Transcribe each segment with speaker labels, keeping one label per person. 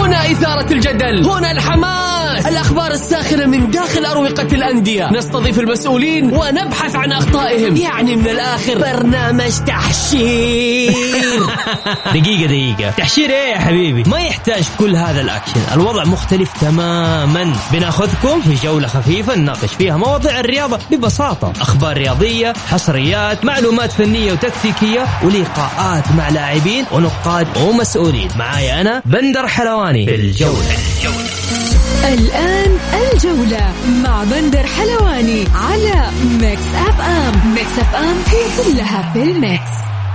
Speaker 1: هنا إثارة الجدل، هنا الحماس، الأخبار الساخنة من داخل أروقة الأندية، نستضيف المسؤولين ونبحث عن أخطائهم. يعني من الآخر برنامج تحشير.
Speaker 2: دقيقة تحشير ايه يا حبيبي؟ ما يحتاج كل هذا الأكشن. الوضع مختلف تماما. بناخذكم في جولة خفيفة نناقش فيها مواضيع الرياضة ببساطة، أخبار رياضية، حصريات، معلومات فنية وتكتيكية، ولقاءات مع لاعبين ونقاد ومسؤولين. معايا أنا بندر حلواني في الجولة.
Speaker 3: الآن الجولة مع بندر حلواني على ميكس أف أم. ميكس أف أم هي كلها في الميكس.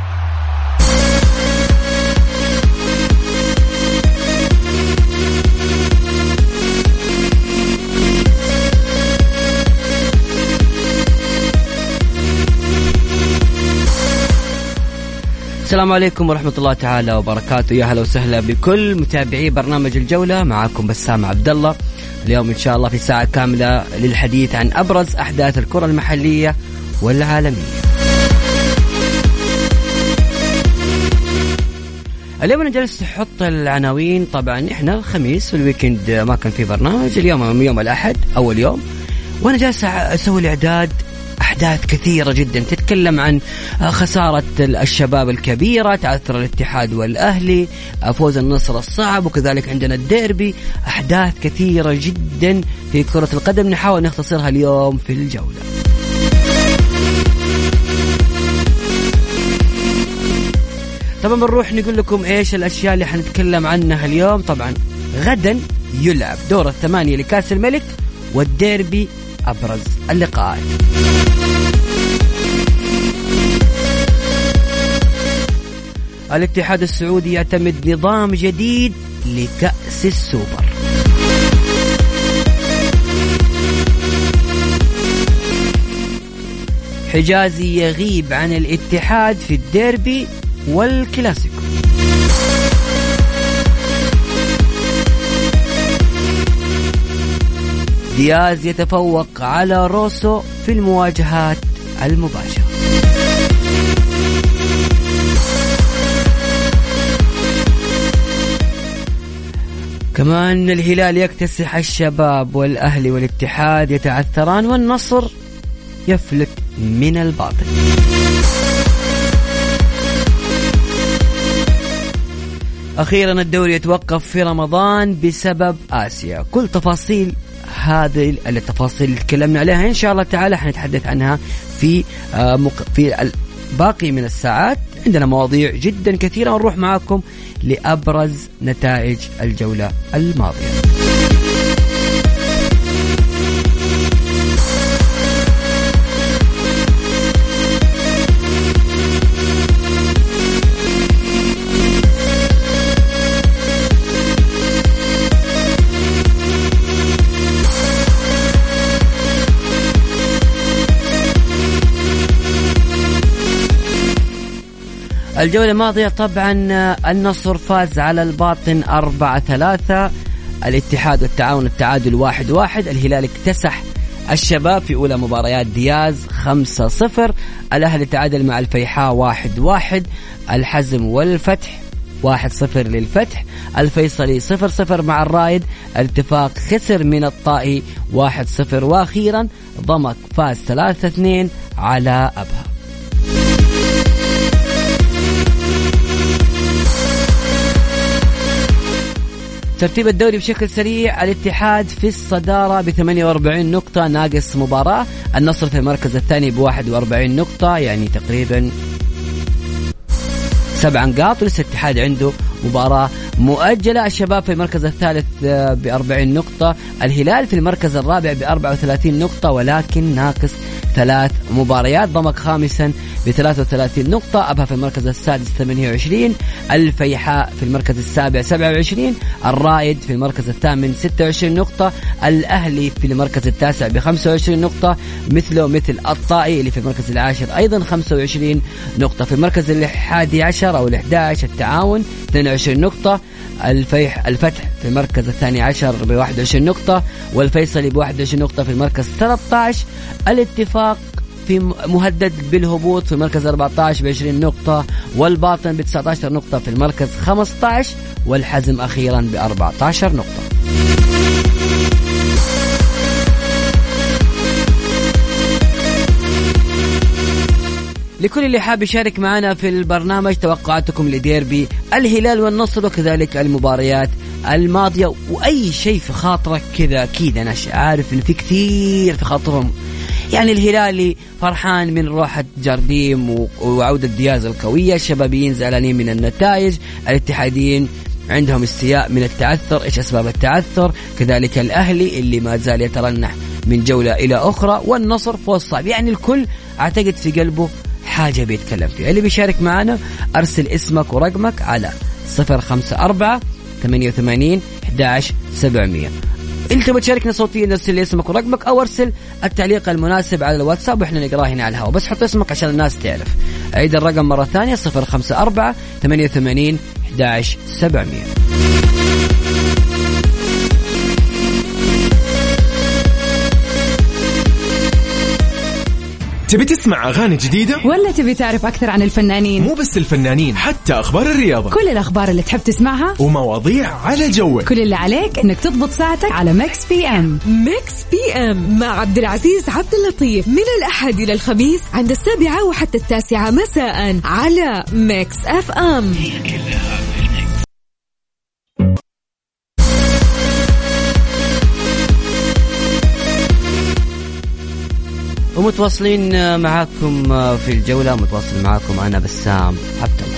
Speaker 4: السلام عليكم ورحمة الله تعالى وبركاته. يا هلا وسهلا بكل متابعي برنامج الجولة. معاكم بسام عبد الله. اليوم إن شاء الله في ساعة كاملة للحديث عن أبرز أحداث الكرة المحلية والعالمية. اليوم أنا جلست أحط العناوين. طبعا إحنا الخميس في الويكند ما كان في برنامج. اليوم يوم الأحد أول يوم، وأنا جالس أسوي الإعداد. أحداث كثيرة جدا تتكلم عن خسارة الشباب الكبيرة، تعثر الاتحاد والأهلي، فوز النصر الصعب، وكذلك عندنا الديربي. أحداث كثيرة جدا في كرة القدم نحاول نختصرها اليوم في الجولة. طبعا بنروح نقول لكم إيش الأشياء اللي حنتكلم عنها اليوم. طبعا غدا يلعب دور الثمانية لكأس الملك والديربي، أبرز اللقاءات. الاتحاد السعودي يعتمد نظام جديد لكأس السوبر. حجازي يغيب عن الاتحاد في الديربي والكلاسيكو. دياز يتفوق على روسو في المواجهات المباشرة. كمان الهلال يكتسح الشباب، والأهلي والاتحاد يتعثران، والنصر يفلت من الباطل. أخيرا الدوري يتوقف في رمضان بسبب آسيا. كل تفاصيل هذه التفاصيل اللي تكلمنا عليها إن شاء الله تعالى حنتحدث عنها في باقي من الساعات. عندنا مواضيع جدا كثيرة، ونروح معاكم لأبرز نتائج الجولة الماضية. الجولة الماضية طبعا النصر فاز على الباطن 4-3. الاتحاد والتعاون التعادل 1-1. الهلال اكتسح الشباب في أولى مباريات دياز 5-0. الأهلي تعادل مع الفيحاء 1-1. الحزم والفتح 1-0 للفتح. الفيصلي 0-0 مع الرائد. الاتفاق خسر من الطائي 1-0. وأخيرا ضمك فاز 3-2 على أبها. ترتيب الدوري بشكل سريع: الاتحاد في الصدارة ب48 نقطة ناقص مباراة. النصر في المركز الثاني ب41 نقطة، يعني تقريبا 7 نقاط، ولسه الاتحاد عنده مباراة مؤجلة. الشباب في المركز الثالث ب40 نقطة. الهلال في المركز الرابع ب34 نقطة ولكن ناقص 3 مباريات. ضمك خامسا ب33 نقطة. أبها في المركز السادس 28. الفيحاء في المركز السابع 27. الرائد في المركز الثامن 26 نقطة. الأهلي في المركز التاسع ب25 نقطة، مثله مثل الطائي اللي في المركز العاشر أيضا 25 نقطة. في المركز الحادي عشر أو ال11 التعاون 22 نقطة. الفتح في المركز الثاني عشر ب21 نقطة، والفيصلي ب21 نقطة في المركز 13. الاتفاق في مهدد بالهبوط في المركز 14 ب20 نقطة، والباطن ب19 نقطة في المركز 15، والحزم أخيرا ب14 نقطة. لكل اللي حاب يشارك معنا في البرنامج توقعاتكم لديربي الهلال والنصر وكذلك المباريات الماضية وأي شيء في خاطرك كذا. أكيد أنا عارف إن في كثير في خاطرهم، يعني الهلالي فرحان من روحة جارديم وعودة دياز القوية، الشبابيين زعلانين من النتائج، الاتحاديين عندهم استياء من التعثر. إيش أسباب التعثر؟ كذلك الأهلي اللي ما زال يترنح من جولة إلى أخرى، والنصر فوز صعب. يعني الكل أعتقد في قلبه حاجة بيتكلم فيها. اللي بيشارك معنا أرسل اسمك ورقمك على 054-88-11-700. انت بتشاركنا صوتيا ارسل لي اسمك ورقمك او ارسل التعليق المناسب على الواتساب واحنا نقراه هنا على الهواء. بس حط اسمك عشان الناس تعرف. اعيد الرقم مرة ثانية 054-88-11-700.
Speaker 5: تبي تسمع أغاني جديدة؟
Speaker 3: ولا تبي تعرف أكثر عن الفنانين؟
Speaker 5: مو بس الفنانين، حتى أخبار الرياضة،
Speaker 3: كل الأخبار اللي تحب تسمعها
Speaker 5: ومواضيع على جوك.
Speaker 3: كل اللي عليك إنك تضبط ساعتك على ميكس بي ام. ميكس بي ام مع عبد العزيز عبد اللطيف من الأحد إلى الخميس عند 7 وحتى 9 مساء على ميكس اف ام.
Speaker 4: ومتواصلين معاكم في الجولة، متواصل معاكم أنا بسام عبد الله.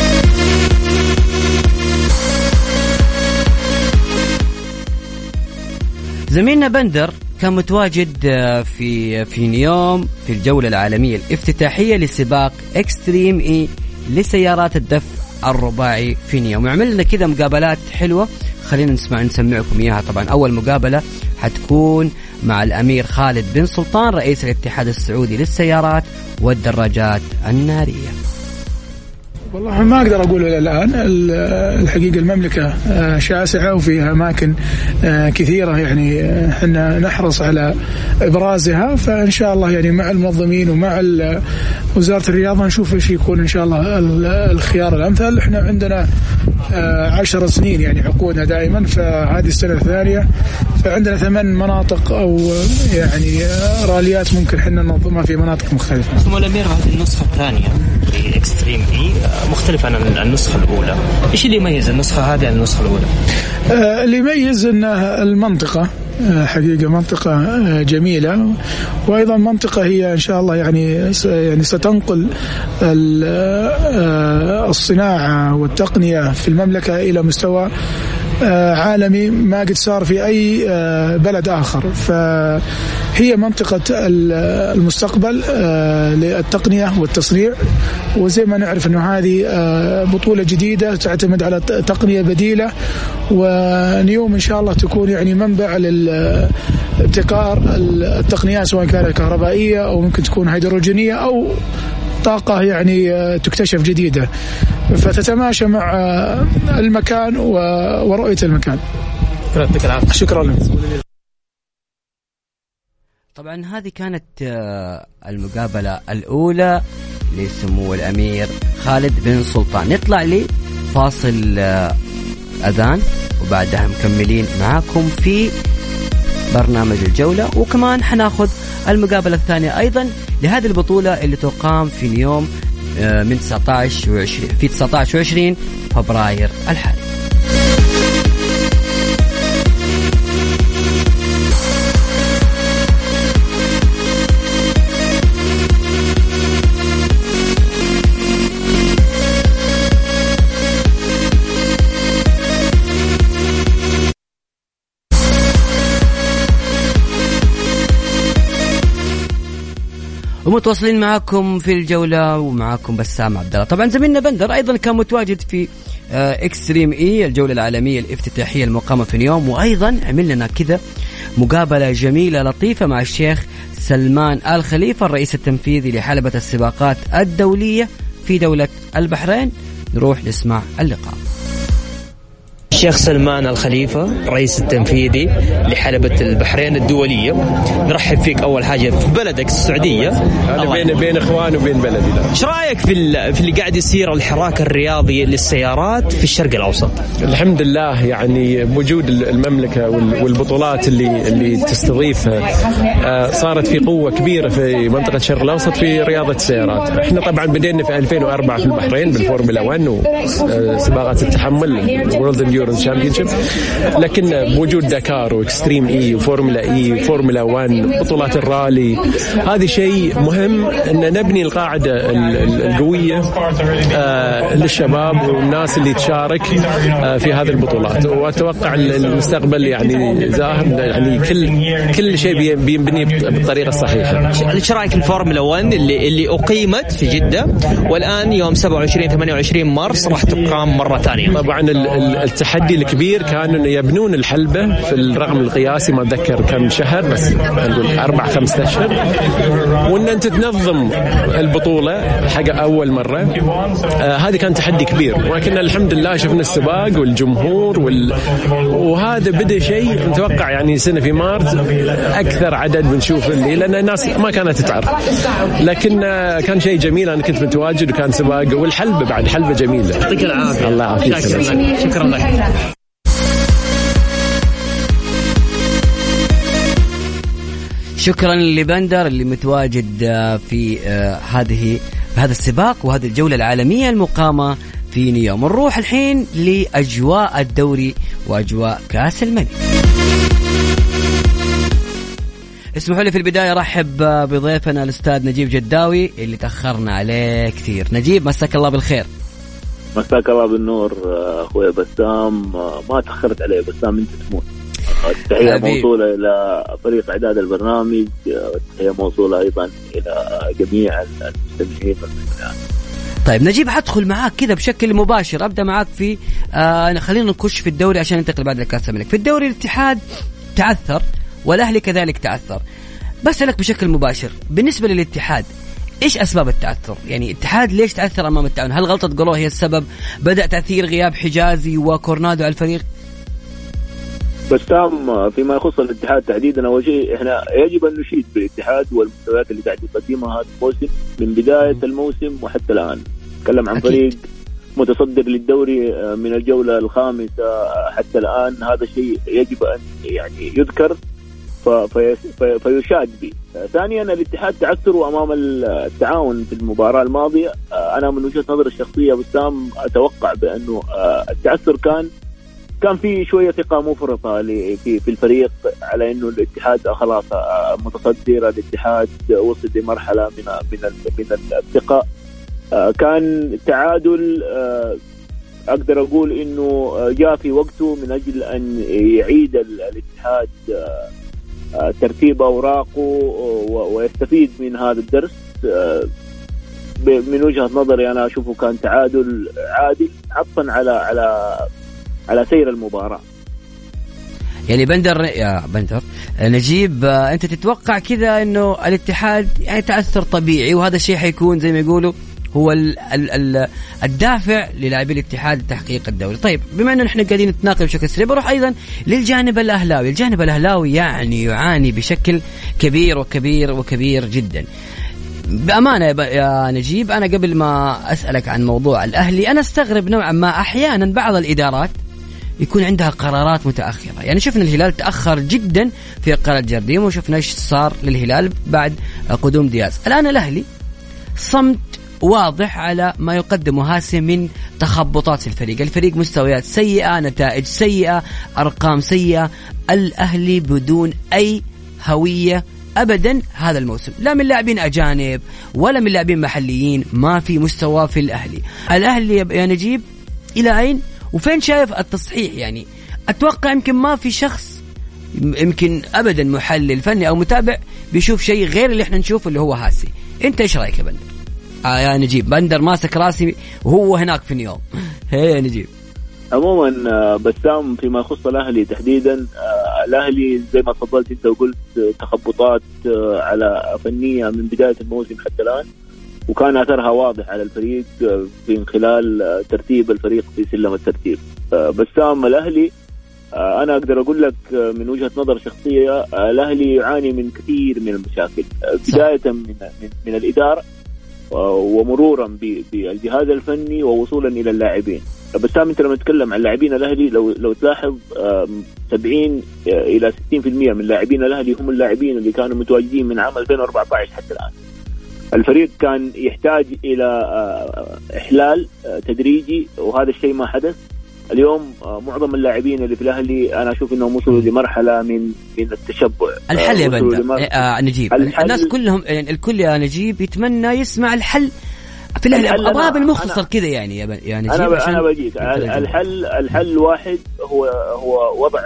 Speaker 4: زميلنا بندر كان متواجد في نيوم في الجولة العالمية الافتتاحية لسباق اكستريم اي لسيارات الدفع الرباعي في نيوم، وعمل لنا كذا مقابلات حلوة. خلينا نسمعكم إياها. طبعا أول مقابلة حتكون مع الأمير خالد بن سلطان رئيس الاتحاد السعودي للسيارات والدراجات النارية.
Speaker 6: والله ما أقدر أقول الآن. الحقيقة المملكة شاسعة وفيها أماكن كثيرة، يعني إحنا نحرص على إبرازها، فإن شاء الله يعني مع المنظمين ومع وزارة الرياضة نشوف إيش يكون إن شاء الله الخيار الأمثل. إحنا عندنا 10 سنين يعني عقودنا دائما، فهذه السنة الثانية، فعندنا 8 مناطق أو يعني راليات ممكن إحنا ننظمها في مناطق مختلفة.
Speaker 2: ثم الأمير هذه النسخة الثانية إكستريم إي مختلفة عن النسخة الأولى. إيش اللي يميز النسخة هذه عن النسخة الأولى؟
Speaker 6: اللي يميز أن المنطقة حقيقة منطقة جميلة، وأيضا منطقة هي إن شاء الله يعني ستنقل الصناعة والتقنية في المملكة إلى مستوى عالمي ما قد صار في أي بلد آخر. فهي منطقة المستقبل للتقنية والتصنيع، وزي ما نعرف أنه هذه بطولة جديدة تعتمد على تقنية بديلة، ونيوم إن شاء الله تكون يعني منبع لابتكار التقنيات سواء كانت كهربائية أو ممكن تكون هيدروجينية أو طاقة يعني تكتشف جديدة، فتتماشى مع المكان ورؤية المكان. شكرا لك.
Speaker 4: طبعا هذه كانت المقابلة الأولى لسمو الأمير خالد بن سلطان. نطلع لي فاصل أذان وبعدها مكملين معاكم في برنامج الجولة، وكمان حناخذ المقابلة الثانية أيضا لهذه البطولة اللي تقام في نيوم من 19 و20 فبراير الحالي. ومتواصلين معاكم في الجولة ومعاكم بسام عبد الله. طبعا زميلنا بندر أيضا كان متواجد في اكستريم اي الجولة العالمية الافتتاحية المقامة في نيوم، وأيضا عمل لنا كذا مقابلة جميلة لطيفة مع الشيخ سلمان آل خليفة الرئيس التنفيذي لحلبة السباقات الدولية في دولة البحرين. نروح نسمع اللقاء.
Speaker 2: الشيخ سلمان الخليفة رئيس التنفيذي لحلبة البحرين الدولية، نرحب فيك أول حاجة في بلدك السعودية.
Speaker 7: أنا بين إخوان وبين بلدي.
Speaker 2: إيش رأيك في اللي قاعد يصير الحراك الرياضي للسيارات في الشرق الأوسط؟
Speaker 7: الحمد لله، يعني وجود المملكة والبطولات اللي تستضيفها صارت في قوة كبيرة في منطقة الشرق الأوسط في رياضة السيارات. احنا طبعا بدينا في 2004 في البحرين بالفورمولا 1 وسباقات التحمل World Endurance Championship، لكن بوجود دكار واكستريم اي وفورمولا اي وفورمولا 1 بطولات الرالي، هذه شيء مهم ان نبني القاعدة القوية للشباب والناس اللي تشارك في هذه البطولات. واتوقع المستقبل يعني زاهر، يعني كل شيء بينبني بالطريقة الصحيحة.
Speaker 2: ايش رايك في الفورمولا 1 اللي اقيمت في جدة والان يوم 27-28 مارس راح تقام مرة ثانية؟
Speaker 7: طبعا التحدي الكبير كان انه يبنون الحلبة في الرقم القياسي، ما اتذكر كم شهر، بس نقول 4-5 أشهر، وان انت تنظم البطولة حق اول مرة. هذه كان تحدي كبير، ولكن الحمد لله شفنا السباق والجمهور وهذا بدأ شيء نتوقع يعني سنة في مارس اكثر عدد بنشوف لان الناس ما كانت تعرف، لكن كان شيء جميل. انا كنت متواجد وكان سباق، والحلبة بعد حلبة جميلة.
Speaker 2: يعطيك العافية.
Speaker 7: الله يعافيك.
Speaker 2: شكرا لك.
Speaker 4: شكرا لبندر اللي متواجد في هذا السباق وهذه الجولة العالمية المقامة في نيوم. نروح الحين لأجواء الدوري وأجواء كأس الملك. اسمحوا لي في البداية رحب بضيفنا الأستاذ نجيب جداوي اللي تأخرنا عليه كثير. نجيب مساك الله بالخير.
Speaker 8: مساك الله بالنور أخوي بسام، ما تأخرت عليه بسام، أنت تموت. التحية موصولة إلى فريق إعداد البرنامج، التحية موصولة أيضا إلى جميع المستمعين والمستمعات.
Speaker 4: طيب نجيب، حدخل معاك كذا بشكل مباشر، أبدأ معاك في خلينا نخش في الدوري عشان ننتقل بعد لكأس الملك. في الدوري الاتحاد تعثر والأهلي كذلك تعثر. بسألك بشكل مباشر بالنسبة للاتحاد، إيش أسباب التعثر؟ يعني الاتحاد ليش تعثر أمام التعاون؟ هل غلطة جولو هي السبب؟ بدأ تأثير غياب حجازي وكورنادو على الفريق؟
Speaker 8: بسام، فيما يخص الاتحاد تحديدا، أول شيء إحنا يجب أن نشيد بالاتحاد والمستويات اللي قاعد يقدمها هذا الموسم من بداية الموسم وحتى الآن. نتكلم عن فريق متصدر للدوري من الجولة الخامسة حتى الآن، هذا الشيء يجب أن يعني يذكر فيشاد به. ثانيا الاتحاد تعثر أمام التعاون في المباراة الماضية. أنا من وجهة نظر الشخصية بسام أتوقع بأنه التعثر كان في شوية ثقة مفرطة في الفريق على إنه الاتحاد خلاص متصدر، الاتحاد وصل لمرحلة من الثقة. كان تعادل أقدر أقول إنه جاء في وقته من أجل أن يعيد الاتحاد ترتيب أوراقه ويستفيد من هذا الدرس. من وجهة نظري أنا أشوفه كان تعادل عادل عطفا على سير المباراة.
Speaker 4: يعني بندر نجيب، أنت تتوقع كذا إنه الاتحاد يعني تأثر طبيعي، وهذا الشيء حيكون زي ما يقولوا هو الدافع للاعبي الاتحاد لتحقيق الدوري. طيب بما أنه نحن قاعدين نتناقل بشكل سريع، بروح أيضا للجانب الأهلاوي. الجانب الأهلاوي يعني يعاني بشكل كبير وكبير وكبير جدا بأمانة يا نجيب. أنا قبل ما أسألك عن موضوع الأهلي، أنا استغرب نوعا ما أحيانا بعض الإدارات يكون عندها قرارات متأخرة. يعني شفنا الهلال تأخر جدا في إقالة جارديم، وشفنا إيش صار للهلال بعد قدوم دياز. الآن الأهلي صمت واضح على ما يقدمه هاسم من تخبطات في الفريق مستويات سيئة، نتائج سيئة، أرقام سيئة. الأهلي بدون أي هوية أبدا هذا الموسم، لا من لاعبين أجانب ولا من لاعبين محليين، ما في مستوى في الأهلي يا نجيب. إلى أين وفين شايف التصحيح؟ يعني أتوقع يمكن ما في شخص، يمكن أبدا محلل فني أو متابع بيشوف شيء غير اللي احنا نشوفه اللي هو هاسي. انت ايش رايك يا بندر؟ يا نجيب، بندر ماسك راسي وهو هناك في نيوم. هي يا نجيب.
Speaker 8: عموما بسام فيما يخص الأهلي تحديدا، الأهلي زي ما تفضلت انت وقلت تخبطات على فنية من بداية الموسم حتى الآن. وكان أثرها واضح على الفريق من خلال ترتيب الفريق في سلم الترتيب. بسام الأهلي أنا أقدر أقول لك من وجهة نظر شخصية الأهلي يعاني من كثير من المشاكل، بداية من الإدارة ومرورا بالجهاز الفني ووصولا إلى اللاعبين. بسام أنت لما تتكلم عن لاعبين الأهلي لو تلاحظ 70 إلى 60% من لاعبين الأهلي هم اللاعبين اللي كانوا متواجدين من عام 2014 حتى الآن. الفريق كان يحتاج إلى إحلال تدريجي وهذا الشيء ما حدث. اليوم معظم اللاعبين اللي في الأهلي أنا أشوف إنهم وصلوا لمرحلة من التشبع.
Speaker 4: الحل يا بندر نجيب، الناس كلهم يعني الكل يا نجيب يتمنى يسمع الحل في الأهلي. أبغى بالمختصر كذا يعني يا نجيب.
Speaker 8: أنا بجيك الحل واحد هو وضع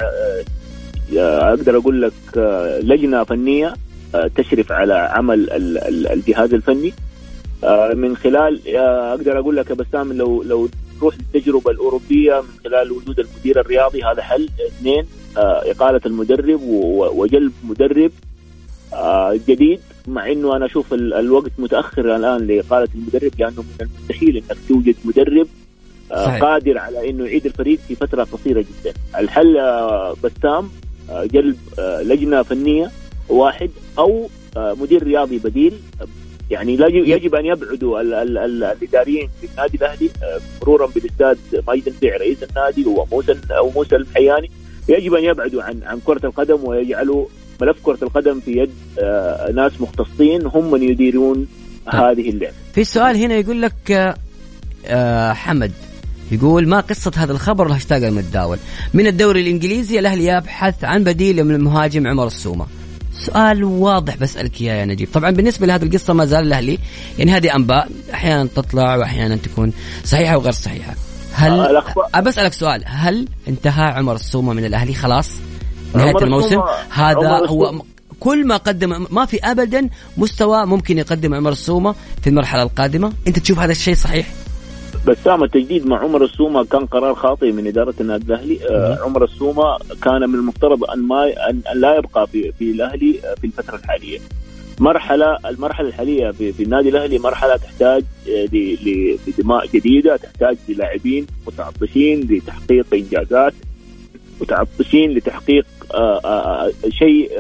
Speaker 8: أقدر أقول لك لجنة فنية تشرف على عمل الجهاز الفني من خلال أقدر أقول لك بسام لو تروح للتجربة الأوروبية من خلال وجود المدير الرياضي هذا حل. 2 إقالة المدرب وجلب مدرب جديد، مع إنه أنا أشوف الوقت متأخر الآن لإقالة المدرب لأنه من المستحيل إنك توجد مدرب قادر على إنه يعيد الفريق في فترة قصيرة جدا. الحل بسام جلب لجنة فنية واحد أو مدير رياضي بديل. يعني يجب أن يبعدوا الإداريين في النادي الأهلي مرورا بالأستاذ ماجد البيع رئيس النادي وموسى الحياني، يجب أن يبعدوا عن كرة القدم ويجعلوا ملف كرة القدم في يد ناس مختصين هم من يديرون هذه اللعبة.
Speaker 4: في سؤال هنا يقول لك حمد يقول ما قصة هذا الخبر الهاشتاج المتداول من الدوري الإنجليزي الأهلي يبحث عن بديل من المهاجم عمر السومة. سؤال واضح بسألك يا نجيب. طبعا بالنسبة لهذه القصة ما زال الأهلي يعني هذه أنباء أحيانا تطلع وأحيانا تكون صحيحة وغير صحيحة. هل أبسألك سؤال، هل انتهى عمر السومة من الأهلي خلاص نهاية الموسم؟ هذا هو كل ما قدم، ما في أبدا مستوى ممكن يقدم عمر السومة في المرحلة القادمة. أنت تشوف هذا الشيء صحيح؟
Speaker 8: بسام التجديد مع عمر السومة كان قرار خاطئ من إدارة النادي الأهلي. عمر السومة كان من المفترض أن لا يبقى في الأهلي في الفترة الحالية. المرحلة الحالية في النادي الأهلي مرحلة تحتاج لدماء جديدة، تحتاج للاعبين متعطشين لتحقيق إنجازات، متعطشين لتحقيق شيء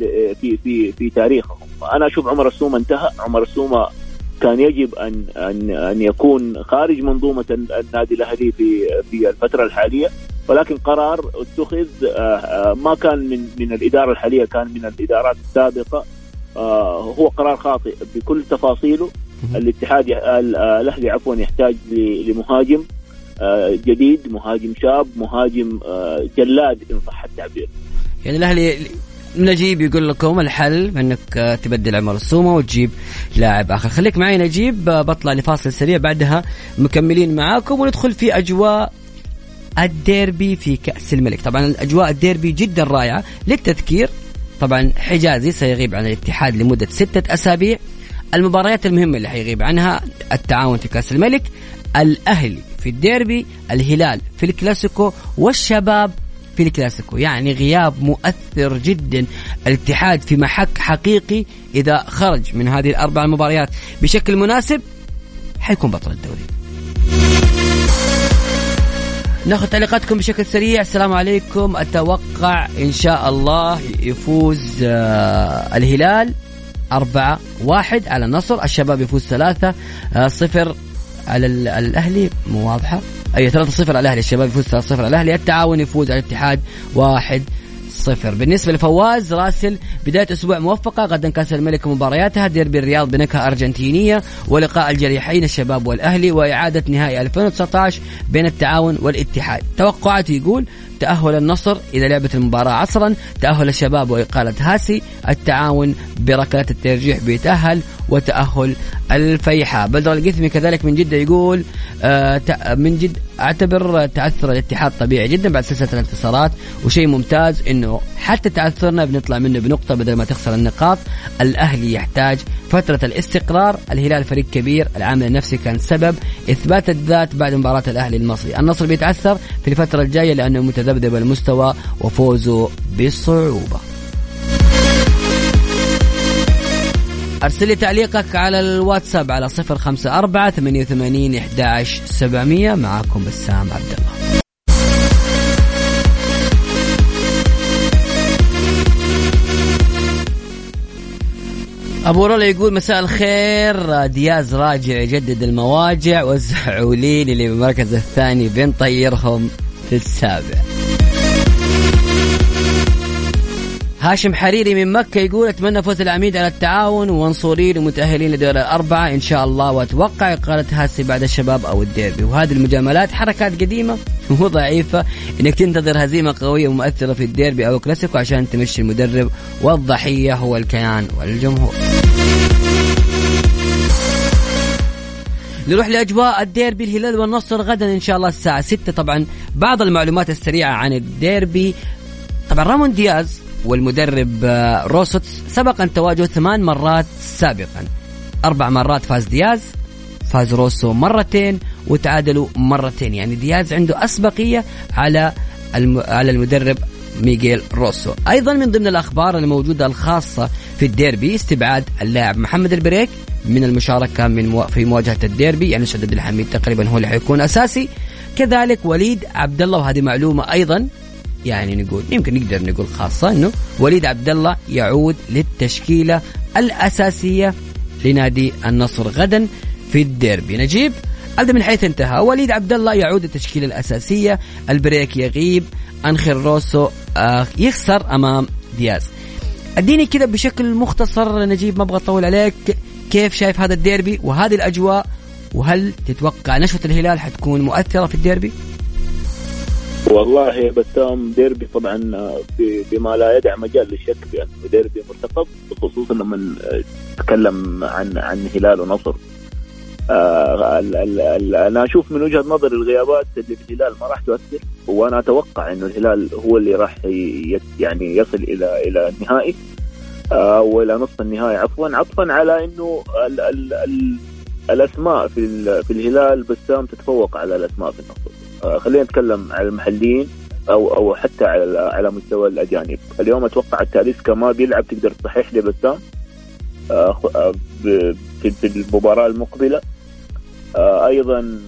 Speaker 8: في تاريخهم. أنا أشوف عمر السومة انتهى. عمر السومة كان يجب أن يكون خارج منظومة النادي الأهلي في الفترة الحالية، ولكن قرار اتخذ ما كان من الإدارة الحالية، كان من الإدارات السابقة. هو قرار خاطئ بكل تفاصيله. الاتحاد الأهلي يحتاج لمهاجم جديد، مهاجم شاب، مهاجم جلاد إن صح التعبير.
Speaker 4: يعني الأهلي نجيب يقول لكم الحل انك تبدل عمر السومة وتجيب لاعب اخر. خليك معي نجيب، بطلع لفاصل سريع بعدها مكملين معاكم وندخل في اجواء الديربي في كأس الملك. طبعا اجواء الديربي جدا رائعة. للتذكير طبعا حجازي سيغيب عن الاتحاد لمدة 6 أسابيع. المباريات المهمة اللي حيغيب عنها التعاون في كأس الملك، الأهلي في الديربي، الهلال في الكلاسيكو، والشباب في الكلاسيكو. يعني غياب مؤثر جدا. الاتحاد في محك حقيقي إذا خرج من هذه ال4 مباريات بشكل مناسب حيكون بطل الدوري. ناخذ تعليقاتكم بشكل سريع. السلام عليكم. أتوقع إن شاء الله يفوز الهلال 4-1 على النصر. الشباب يفوز 3-0 على الأهلي. مو واضحة. أي 3-0 على الأهلي. الشباب يفوز 3-0 على الأهلي. التعاون يفوز على الاتحاد 1-0. بالنسبة لفواز راسل، بداية أسبوع موفقة. غدا كأس الملك مبارياتها، ديربي الرياض بنكهة أرجنتينية، ولقاء الجريحين الشباب والأهلي، وإعادة نهائي 2019 بين التعاون والاتحاد. توقعاتي يقول تأهل النصر إذا لعبت المباراة عصرا، تأهل الشباب وإقالة هاسي، التعاون بركلات الترجيح بيتأهل، وتأهل الفيحاء. بدر القثمي كذلك من جدة يقول من جد أعتبر تعثر الاتحاد طبيعي جدا بعد سلسلة الانتصارات، وشيء ممتاز إنه حتى تعثرنا بنطلع منه بنقطة بدل ما تخسر النقاط. الأهلي يحتاج فترة الاستقرار. الهلال فريق كبير، العامل النفسي كان سبب إثبات الذات بعد مباراة الأهلي المصري. النصر بيتعثر في الفترة الجاية لأنه متذبذب المستوى وفوزه بصعوبة. أرسل لي تعليقك على الواتساب على 054-88-11-700. معاكم بسام عبد الله. أبو رولا يقول مساء الخير، دياز راجع يجدد المواجع، وزعوا لي اللي بالمركز الثاني بنطيرهم في السابع. هاشم حريري من مكة يقول أتمنى فوز العميد على التعاون ومنصورين ومتأهلين لدور الأربعة إن شاء الله، وأتوقع إقالة هاسي بعد الشباب أو الديربي. وهذه المجاملات حركات قديمة وضعيفة، إنك تنتظر هزيمة قوية ومؤثرة في الديربي أو الكلاسيكو عشان تمشي المدرب، والضحية هو الكيان والجمهور. نروح لأجواء الديربي، الهلال والنصر غدا إن شاء الله الساعة 6. طبعا بعض المعلومات السريعة عن الديربي، طبعا رامون دياز والمدرب روسوتس سبق أن تواجهوا 8 مرات سابقا، 4 مرات فاز دياز، فاز روسو مرتين، وتعادلوا مرتين. يعني دياز عنده أسبقية على المدرب ميغيل روسو. أيضا من ضمن الأخبار الموجودة الخاصة في الديربي استبعاد اللاعب محمد البريك من المشاركة في مواجهة الديربي، يعني سعد الحميد تقريبا هو اللي حيكون أساسي، كذلك وليد عبد الله. وهذه معلومة أيضا يعني نقدر نقول خاصة، إنه وليد عبد الله يعود للتشكيلة الأساسية لنادي النصر غدا في الديربي. نجيب، أبدأ من حيث انتهى. وليد عبد الله يعود للتشكيلة الأساسية، البريك يغيب، أنخيل روسو يخسر أمام دياز. أديني كذا بشكل مختصر نجيب، ما أبغى أطول عليك، كيف شايف هذا الديربي وهذه الأجواء، وهل تتوقع نشوة الهلال حتكون مؤثرة في الديربي؟
Speaker 8: والله بسام ديربي طبعا بما لا يدع مجال للشك بأنه ديربي مرتقب، خصوصا لما نتكلم عن هلال ونصر. أنا أشوف من وجهة نظر الغيابات اللي في الهلال ما راح تؤثر، وأنا أتوقع إنه الهلال هو اللي راح يعني يصل إلى النهائي أو إلى نصف النهائي عطفا على إنه الأسماء في الهلال بسام تتفوق على الأسماء في النصر. خلينا نتكلم على المحليين أو حتى على مستوى الأجانب. اليوم أتوقع التاليسكا ما بيلعب، تقدر تصحيح لي بسام في المباراة المقبلة. أيضا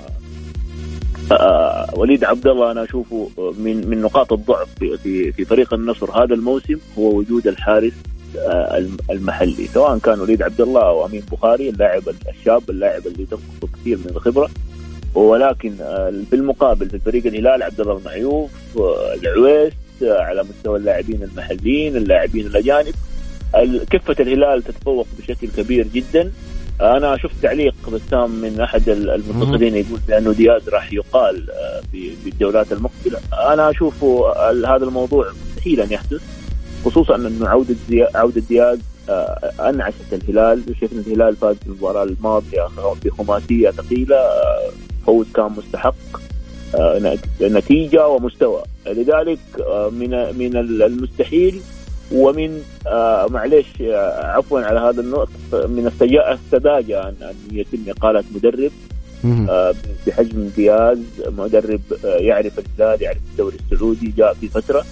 Speaker 8: وليد عبد الله أنا أشوفه من نقاط الضعف في فريق النصر هذا الموسم هو وجود الحارس المحلي، سواء كان وليد عبد الله أو أمين بخاري، اللاعب الشاب، اللاعب اللي تنقصه كثير من الخبرة. ولكن في المقابل في فريق الهلال عبد الله المعيوف، العويس، على مستوى اللاعبين المحليين، اللاعبين الأجانب، كفة الهلال تتفوق بشكل كبير جدا. أنا شفت تعليق بسام من أحد المتصلين يقول بأنه دياز راح يقال في الجولات المقبلة. أنا أشوف هذا الموضوع مستحيل أن يحدث، خصوصا أنه عودة دياز أنعشت الهلال. شفنا الهلال فاز في المباراة الماضية بخماسية ثقيلة، فوز كان مستحق، نتيجة ومستوى. لذلك من المستحيل ومن معليش عفوا على هذا النقطة، من السذاجة أن يتم إقالة مدرب بحجم دياز، مدرب يعرف الهلال، يعرف الدوري السعودي، جاء في فترة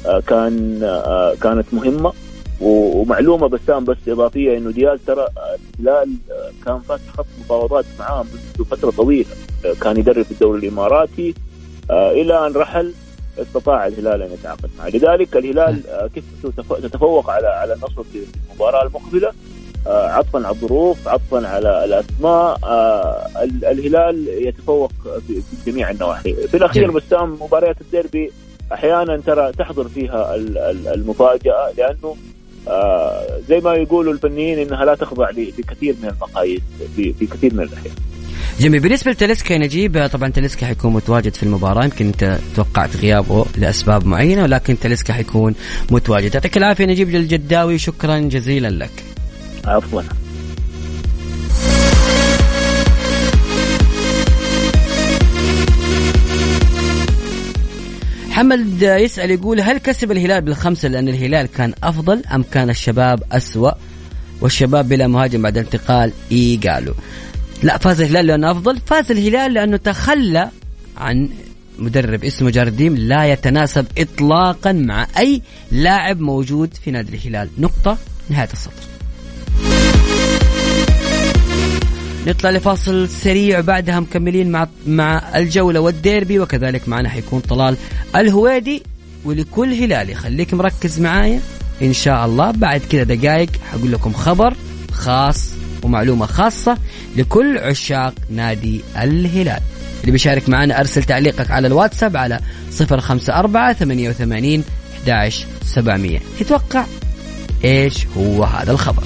Speaker 8: كانت مهمة. ومعلومة بسام بس إضافية، إنه دياز ترى الهلال كان فاتح خط مفاوضات معاه منذ فترة طويلة، كان يدرب في الدوري الإماراتي إلى أن رحل، استطاع الهلال أن يتعاقد معه. لذلك الهلال كيف تتفوق على النصر في المباراة المقبلة، عطفا على الظروف، عطفا على الأسماء. الهلال يتفوق في جميع النواحي. في الأخير بسام مباريات الديربي أحيانا ترى تحضر فيها المفاجأة، لأنه زي ما يقولوا الفنيين إنها لا تخضع لكثير من المقاييس في كثير من الأحيان.
Speaker 4: جميل. بالنسبة لتاليسكا نجيب، طبعا تاليسكا حيكون متواجد في المباراة، يمكن أنت توقعت غيابه لأسباب معينة، ولكن تاليسكا حيكون متواجد. يعطيك العافية نجيب الجداوي، شكرا جزيلا لك.
Speaker 8: عفوا.
Speaker 4: محمد يسأل يقول هل كسب الهلال بالخمسة لأن الهلال كان أفضل أم كان الشباب أسوأ والشباب بلا مهاجم بعد انتقال قالوا؟ لا، فاز الهلال لأنه أفضل. فاز الهلال لأنه تخلى عن مدرب اسمه جارديم لا يتناسب إطلاقا مع أي لاعب موجود في نادي الهلال. نقطة، نهاية السطر. نطلع لفاصل سريع وبعدها مكملين مع الجولة والديربي، وكذلك معنا حيكون طلال الهويدي. ولكل هلالي خليك مركز معايا إن شاء الله. بعد كده دقائق حقول لكم خبر خاص ومعلومة خاصة لكل عشاق نادي الهلال. اللي بيشارك معنا أرسل تعليقك على الواتساب على 054-88-11-700. تتوقع إيش هو هذا الخبر؟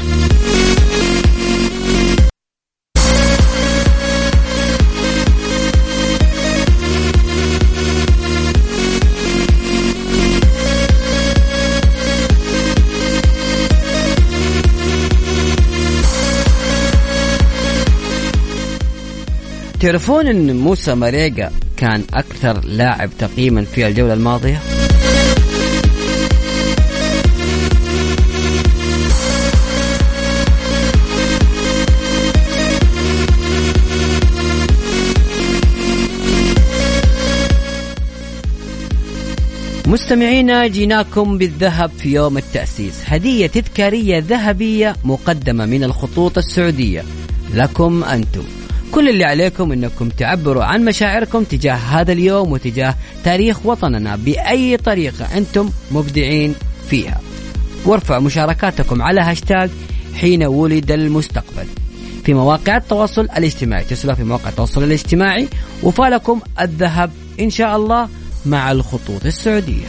Speaker 4: تعرفون أن موسى ماريجا كان أكثر لاعب تقييما في الجولة الماضية؟ مستمعينا، جيناكم بالذهب في يوم التأسيس، هدية تذكارية ذهبية مقدمة من الخطوط السعودية لكم أنتم. كل اللي عليكم أنكم تعبروا عن مشاعركم تجاه هذا اليوم وتجاه تاريخ وطننا بأي طريقة أنتم مبدعين فيها، وارفعوا مشاركاتكم على هاشتاج حين ولد المستقبل في مواقع التواصل الاجتماعي. ترسلوا في مواقع التواصل الاجتماعي وفالكم الذهب إن شاء الله مع الخطوط السعودية.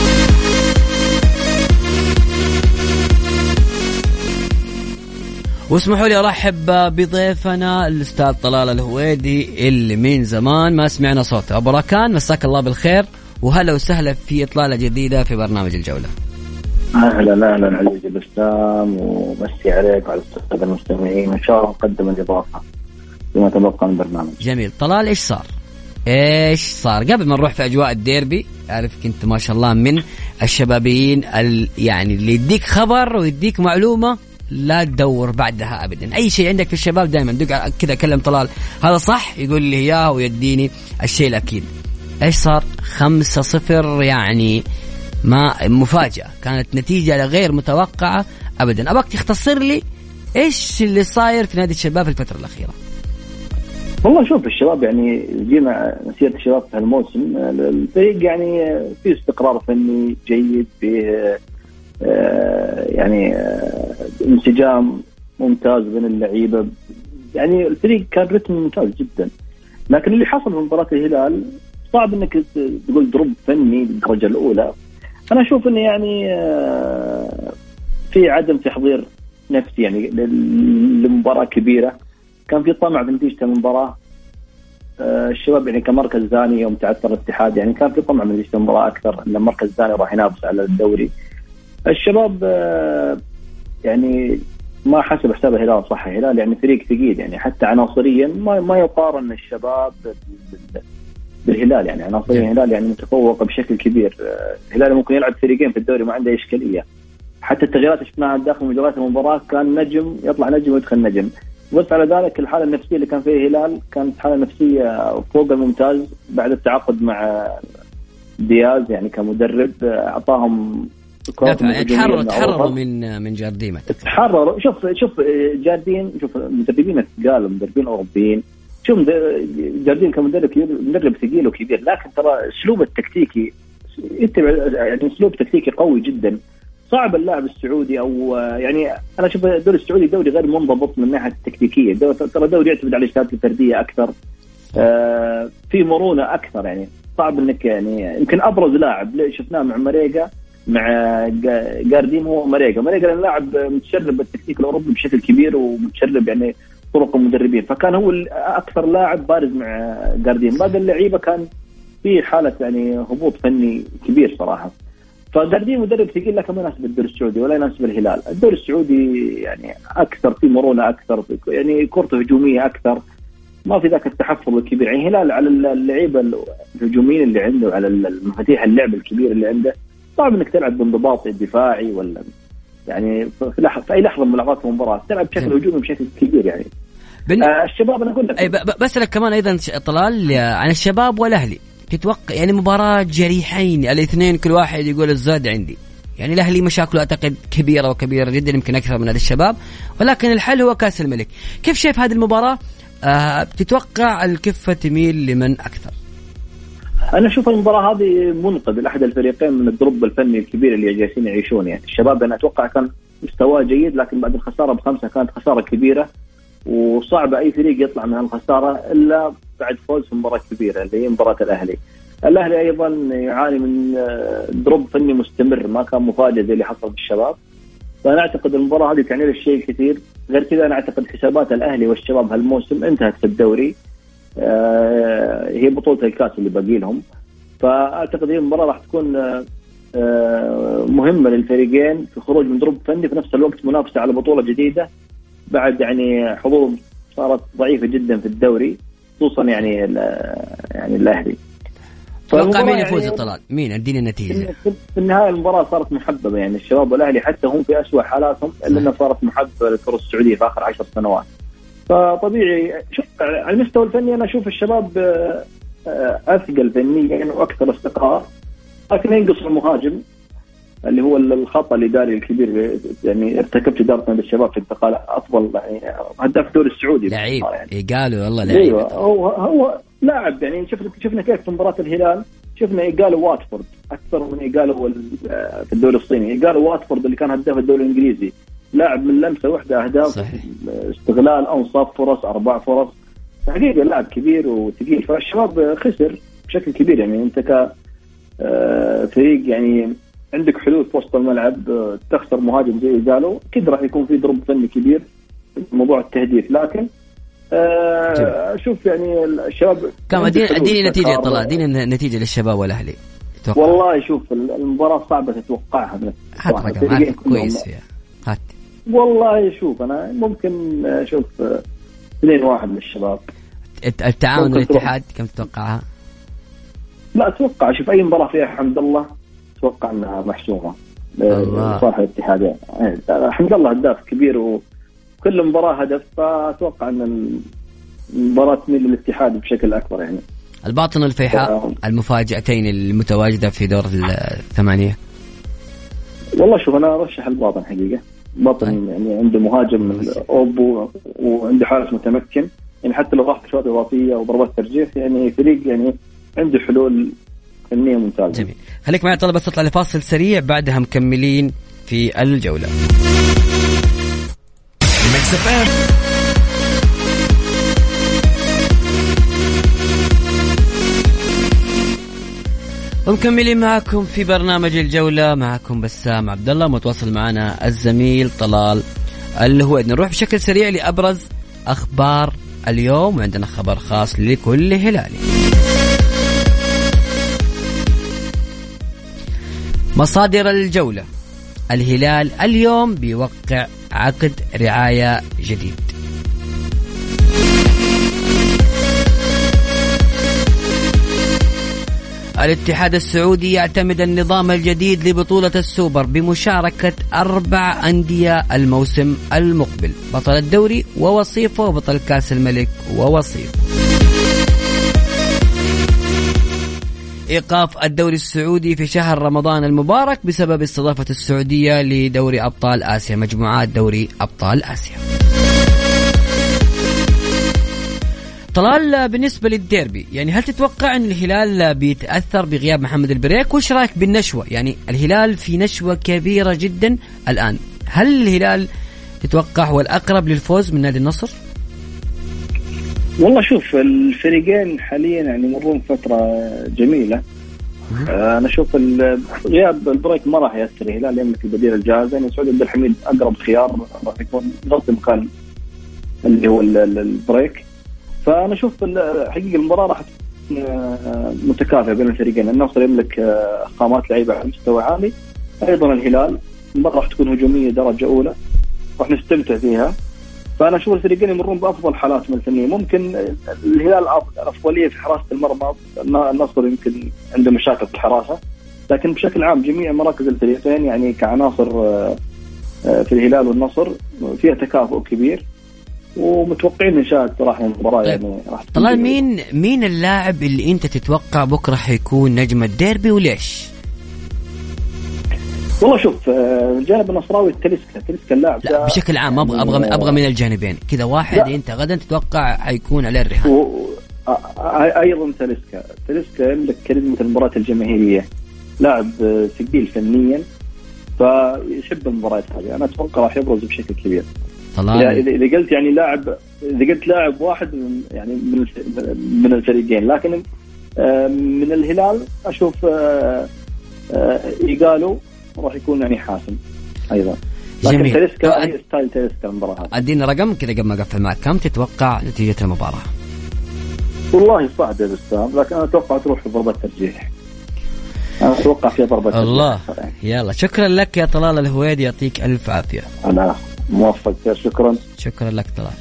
Speaker 4: واسمحوا لي أرحب بضيفنا الأستاذ طلال الهويدي اللي من زمان ما سمعنا صوته. أبو راكان، مساك الله بالخير وهلا وسهلا في إطلالة جديدة في برنامج الجولة.
Speaker 9: أهلا عزيزي بسام، ومسي عليك وعلى السادة المستمعين، وإن شاء الله نقدم الإضافة بما تبقى من برنامج.
Speaker 4: جميل. طلال، إيش صار قبل ما نروح في أجواء الديربي؟ أعرف كنت ما شاء الله من الشبابيين يعني اللي يديك خبر ويديك معلومة لا تدور بعدها أبدا. أي شيء عندك في الشباب دائما دق كذا كلم طلال هذا صح، يقول لي إياه ويديني الشيء الأكيد. إيش صار؟ 5-0 يعني ما مفاجأة، كانت نتيجة غير متوقعة أبدا. أبغاك تختصر لي إيش اللي صاير في نادي الشباب في الفترة الأخيرة؟
Speaker 9: والله شوف، الشباب يعني جينا مسيرة الشباب في هالموسم، الفريق يعني فيه استقرار فني جيد، فيه يعني انسجام ممتاز بين اللعيبة، يعني الفريق كان رتم ممتاز جدا. لكن اللي حصل في مباراة الهلال صعب انك تقول ضرب فني بالدرجة الأولى. أنا أشوف إنه يعني في عدم تحضير نفسي يعني لمباراة كبيرة، كان في طمع في نتيجة المباراة. الشباب يعني كمركز ثاني يوم تعثر الاتحاد يعني كان في طمع من نتيجة المباراة أكثر، إن المركز الثاني راح ينافس على الدوري. الشباب يعني ما حسب حساب الهلال، صح الهلال يعني فريق ثقيل يعني حتى عناصريا ما يقارن الشباب بالهلال، يعني عناصريا الهلال يعني متفوق بشكل كبير. الهلال ممكن يلعب فريقين في الدوري ما عنده إشكالية. حتى التغييرات اللي شفناها داخل مجريات المباراة كان نجم يطلع نجم ويدخل نجم. بس على ذلك الحالة النفسية اللي كان فيها الهلال كانت حالة نفسية فوق الممتاز بعد التعاقد مع دياز يعني كمدرب، أعطاهم
Speaker 4: تحرروا من جاردين.
Speaker 9: تحرروا. شوف جاردين، شوف مدربين ثقال، مدربين أوروبيين. شوف جاردين كمدرب ثقيل وكبير، لكن ترى أسلوب التكتيكي يعني أسلوب تكتيكي قوي جدا. صعب اللاعب السعودي أو يعني أنا أشوف الدوري السعودي دوري غير منضبط من ناحية التكتيكية. ترى دوري يعتمد على الإجتهادات الفردية أكثر، في مرونة أكثر. يعني صعب إنك يعني يمكن أبرز لاعب شفناه مع ماريجا مع جاردين هو ماريجا لاعب متشرب بالتكتيك الأوروبي بشكل كبير ومتشرب يعني طرق المدربين، فكان هو أكثر لاعب بارز مع جاردين. باقي اللعيبة كان في حالة يعني هبوط فني كبير صراحة. فجاردين مدرب ثقيل لكن ما يناسب الدوري السعودي ولا يناسب الهلال. الدوري السعودي يعني أكثر في مرونة أكثر، يعني كرة هجومية أكثر، ما في ذاك التحفظ الكبير. يعني الهلال على اللعيبة الهجوميين اللي عنده وعلى المفاتيح اللعب الكبير اللي عنده صعب انك تلعب بانضباط دفاعي ولا يعني في اي لحظه من لحظات المباراه تلعب بشكل هجومي بشكل كبير. يعني الشباب انا اقول لك
Speaker 4: بسألك كمان ايضا طلال عن الشباب والاهلي، تتوقع يعني مباراه جريحين الاثنين كل واحد يقول الزاد عندي، يعني الأهلي مشاكله أعتقد كبيرة وكبيرة جدا، يمكن أكثر من هذا الشباب، ولكن الحل هو كأس الملك. كيف شايف هذه المباراة؟ بتتوقع الكفة تميل لمن أكثر؟
Speaker 9: أنا أشوف المباراة هذه منقذ لأحد الفريقين من الدروب الفني الكبير اللي جالسين يعيشون. يعني الشباب أنا أتوقع كان مستواه جيد، لكن بعد الخسارة ب5 كانت خسارة كبيرة، وصعب أي فريق يطلع من الخسارة إلا بعد فوز في مباراة كبيرة اللي هي مباراة الأهلي. الأهلي أيضا يعاني من دروب فني مستمر، ما كان مفاجئ زي اللي حصل بالشباب. فأنا أعتقد المباراة هذه تعني له الشيء كثير. غير كذا أنا أعتقد حسابات الأهلي والشباب هالموسم انتهت في الدوري، هي بطولة الكاس اللي باقي لهم. فأعتقد هي المباراة راح تكون مهمة للفريقين في خروج من دروب فني، في نفس الوقت منافسة على بطولة جديدة بعد يعني حظوظ صارت ضعيفة جدا في الدوري، خصوصا يعني الأهلي.
Speaker 4: توقع مين يفوز طلال؟ مين؟ اديني النتيجة.
Speaker 9: في النهاية المباراة صارت محببة، يعني الشباب والأهلي حتى هم في أسوأ حالاتهم إلا أنها صارت محببة للكرة السعودية في آخر 10 سنوات. فطبيعي شوف على المستوى الفني أنا أشوف الشباب أثقل فنيا وأكثر استقرار، لكن ينقص المهاجم اللي هو الخطأ الإداري الكبير يعني ارتكبت إدارة نادي الشباب في انتقال أفضل يعني هداف الدوري السعودي.
Speaker 4: لعيب يعني. قالوا والله لعيب.
Speaker 9: أيوة هو لاعب يعني. شفنا كيف في مباراة الهلال، شفنا قالوا واتفورد أكثر من قالوا في الدوري الصيني. قالوا واتفورد اللي كان هداف الدوري الإنجليزي لاعب من لمسة واحدة أهداف صحيح. استغلال أنصاف فرص 4 فرص، حقيقة لاعب كبير وثقيل. فالشباب خسر بشكل كبير. يعني أنت كفريق يعني عندك حلول في وسط الملعب، تخسر مهاجم زي قالوا كده راح يكون في ضرب فني كبير موضوع التهديف. لكن شوف يعني الشباب
Speaker 4: كم اديني نتيجة طلع، اديني نتيجة للشباب والأهلي.
Speaker 9: والله شوف المباراة صعبة تتوقعها من
Speaker 4: هات كويس فيها. هات
Speaker 9: والله شوف أنا ممكن أشوف 2-1 للشباب.
Speaker 4: التعاون والاتحاد كم تتوقعها؟
Speaker 9: لا أتوقع شوف أي مباراة فيها حمد الله أتوقع أنها محسومة لصالح الاتحاد. يعني حمد الله هداف كبير وكل مباراة هدف، فأتوقع أن المباراة تميل للاتحاد بشكل أكبر. يعني
Speaker 4: الباطن والفيحاء المفاجأتين المتواجدة في دور 8.
Speaker 9: والله شوف أنا أرشح الباطن حقيقة. باطن يعني عنده مهاجم من أوبو وعنده حارس متمكن، يعني حتى لو راح شوط إضافية وضربات ترجيح يعني فريق يعني عنده حلول فنية ممتازة.
Speaker 4: جميل. خليك معي طلبة تطلع لفاصل سريع، بعدها مكملين في الجولة. ومكملين معكم في برنامج الجولة، معكم بسام عبد الله، متواصل معنا الزميل طلال الهويد. نروح بشكل سريع لأبرز أخبار اليوم، وعندنا خبر خاص لكل هلالي. مصادر الجولة: الهلال اليوم بيوقع عقد رعاية جديد. الاتحاد السعودي يعتمد النظام الجديد لبطولة السوبر بمشاركة 4 أندية الموسم المقبل، بطل الدوري ووصيفه وبطل كاس الملك ووصيفه. إيقاف الدوري السعودي في شهر رمضان المبارك بسبب استضافة السعودية لدوري أبطال آسيا، مجموعات دوري أبطال آسيا. طلال، بالنسبة للديربي يعني هل تتوقع أن الهلال بيتأثر بغياب محمد البريك؟ وش رأيك بالنشوة؟ يعني الهلال في نشوة كبيرة جدا الآن، هل الهلال تتوقع هو الأقرب للفوز من نادي النصر؟
Speaker 9: والله شوف الفريقين حاليا يعني يمرون فترة جميلة. أنا أشوف غياب البريك ما راح يأثر الهلال، يملك البديل الجاهز. يعني سعود عبد الحميد أقرب خيار، راح يكون يغطي مكان اللي هو البريك. فأنا أشوف حقيقة المباراة راح تكون متكافئة بين الفريقين. النصر يملك خامات لعيبة على مستوى عالي، أيضا الهلال المباراة راح تكون هجومية درجة أولى، راح نستمتع فيها. فأنا أشوف الفريقين يمرون بأفضل حالاتهم الفنية. ممكن الهلال أفضلية في حراسة المرمى، النصر يمكن عنده مشاكل في الحراسة، لكن بشكل عام جميع مراكز الفريقين يعني كعناصر في الهلال والنصر فيها تكافؤ كبير، ومتوقعين إن شاء الله صراحة المباراة يعني راح تكون.
Speaker 4: طلال، مين اللاعب اللي أنت تتوقع بكرة حيكون نجم الديربي وليش؟
Speaker 9: والله شوف الجانب النصراوي تلسكا اللاعب
Speaker 4: لا بشكل عام ابغى من الجانبين كذا واحد لا. انت غدا تتوقع حيكون عليه الرهان
Speaker 9: ايضا تلسكا يملك كاريزما المباراه الجماهيريه، لاعب ثقيل فنيا فيحب المباريات هذه. انا اتوقع راح يبرز بشكل كبير. اذا قلت يعني لاعب واحد يعني من الفريقين، لكن من الهلال اشوف يقالوا راح يكون يعني حاسم ايضا. لكن تلسكا ستايل تلسكا المباراه.
Speaker 4: ادينا رقم كذا قبل ما اقفل معك، كم تتوقع نتيجه المباراه؟
Speaker 9: والله صعب يا بسام، لكن انا اتوقع تروح لضربه ترجيح. انا اتوقع فيها ضربه
Speaker 4: الله ترجيح. يلا شكرا لك يا طلال الهويدي، يعطيك الف عافيه.
Speaker 9: انا موفق، شكرا
Speaker 4: لك طلال.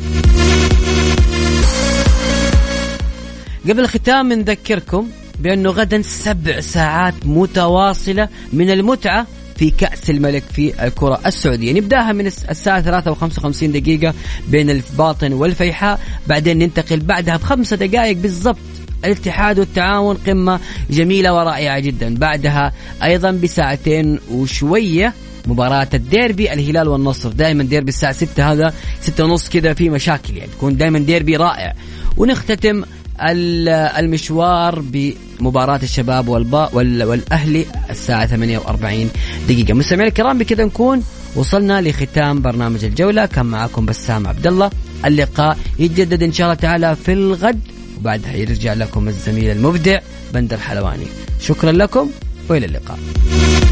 Speaker 4: قبل الختام نذكركم بأنه غدا 7 ساعات متواصلة من المتعة في كأس الملك في الكرة السعودية. نبداها من الساعة 3:55 دقيقة بين الباطن والفيحاء، بعدين ننتقل بعدها ب5 دقائق بالضبط الاتحاد والتعاون، قمة جميلة ورائعة جدا. بعدها أيضا بساعتين وشوية مباراة الديربي الهلال والنصر. دائما ديربي الساعة 6 هذا 6:30 كذا في مشاكل، يعني تكون دائما ديربي رائع. ونختتم المشوار بمباراة الشباب والأهلي الساعة 48 دقيقة. مستمعين الكرام بكذا نكون وصلنا لختام برنامج الجولة. كان معكم بسام عبد الله. اللقاء يتجدد إن شاء الله تعالى في الغد، وبعدها يرجع لكم الزميل المبدع بندر حلواني. شكرا لكم وإلى اللقاء.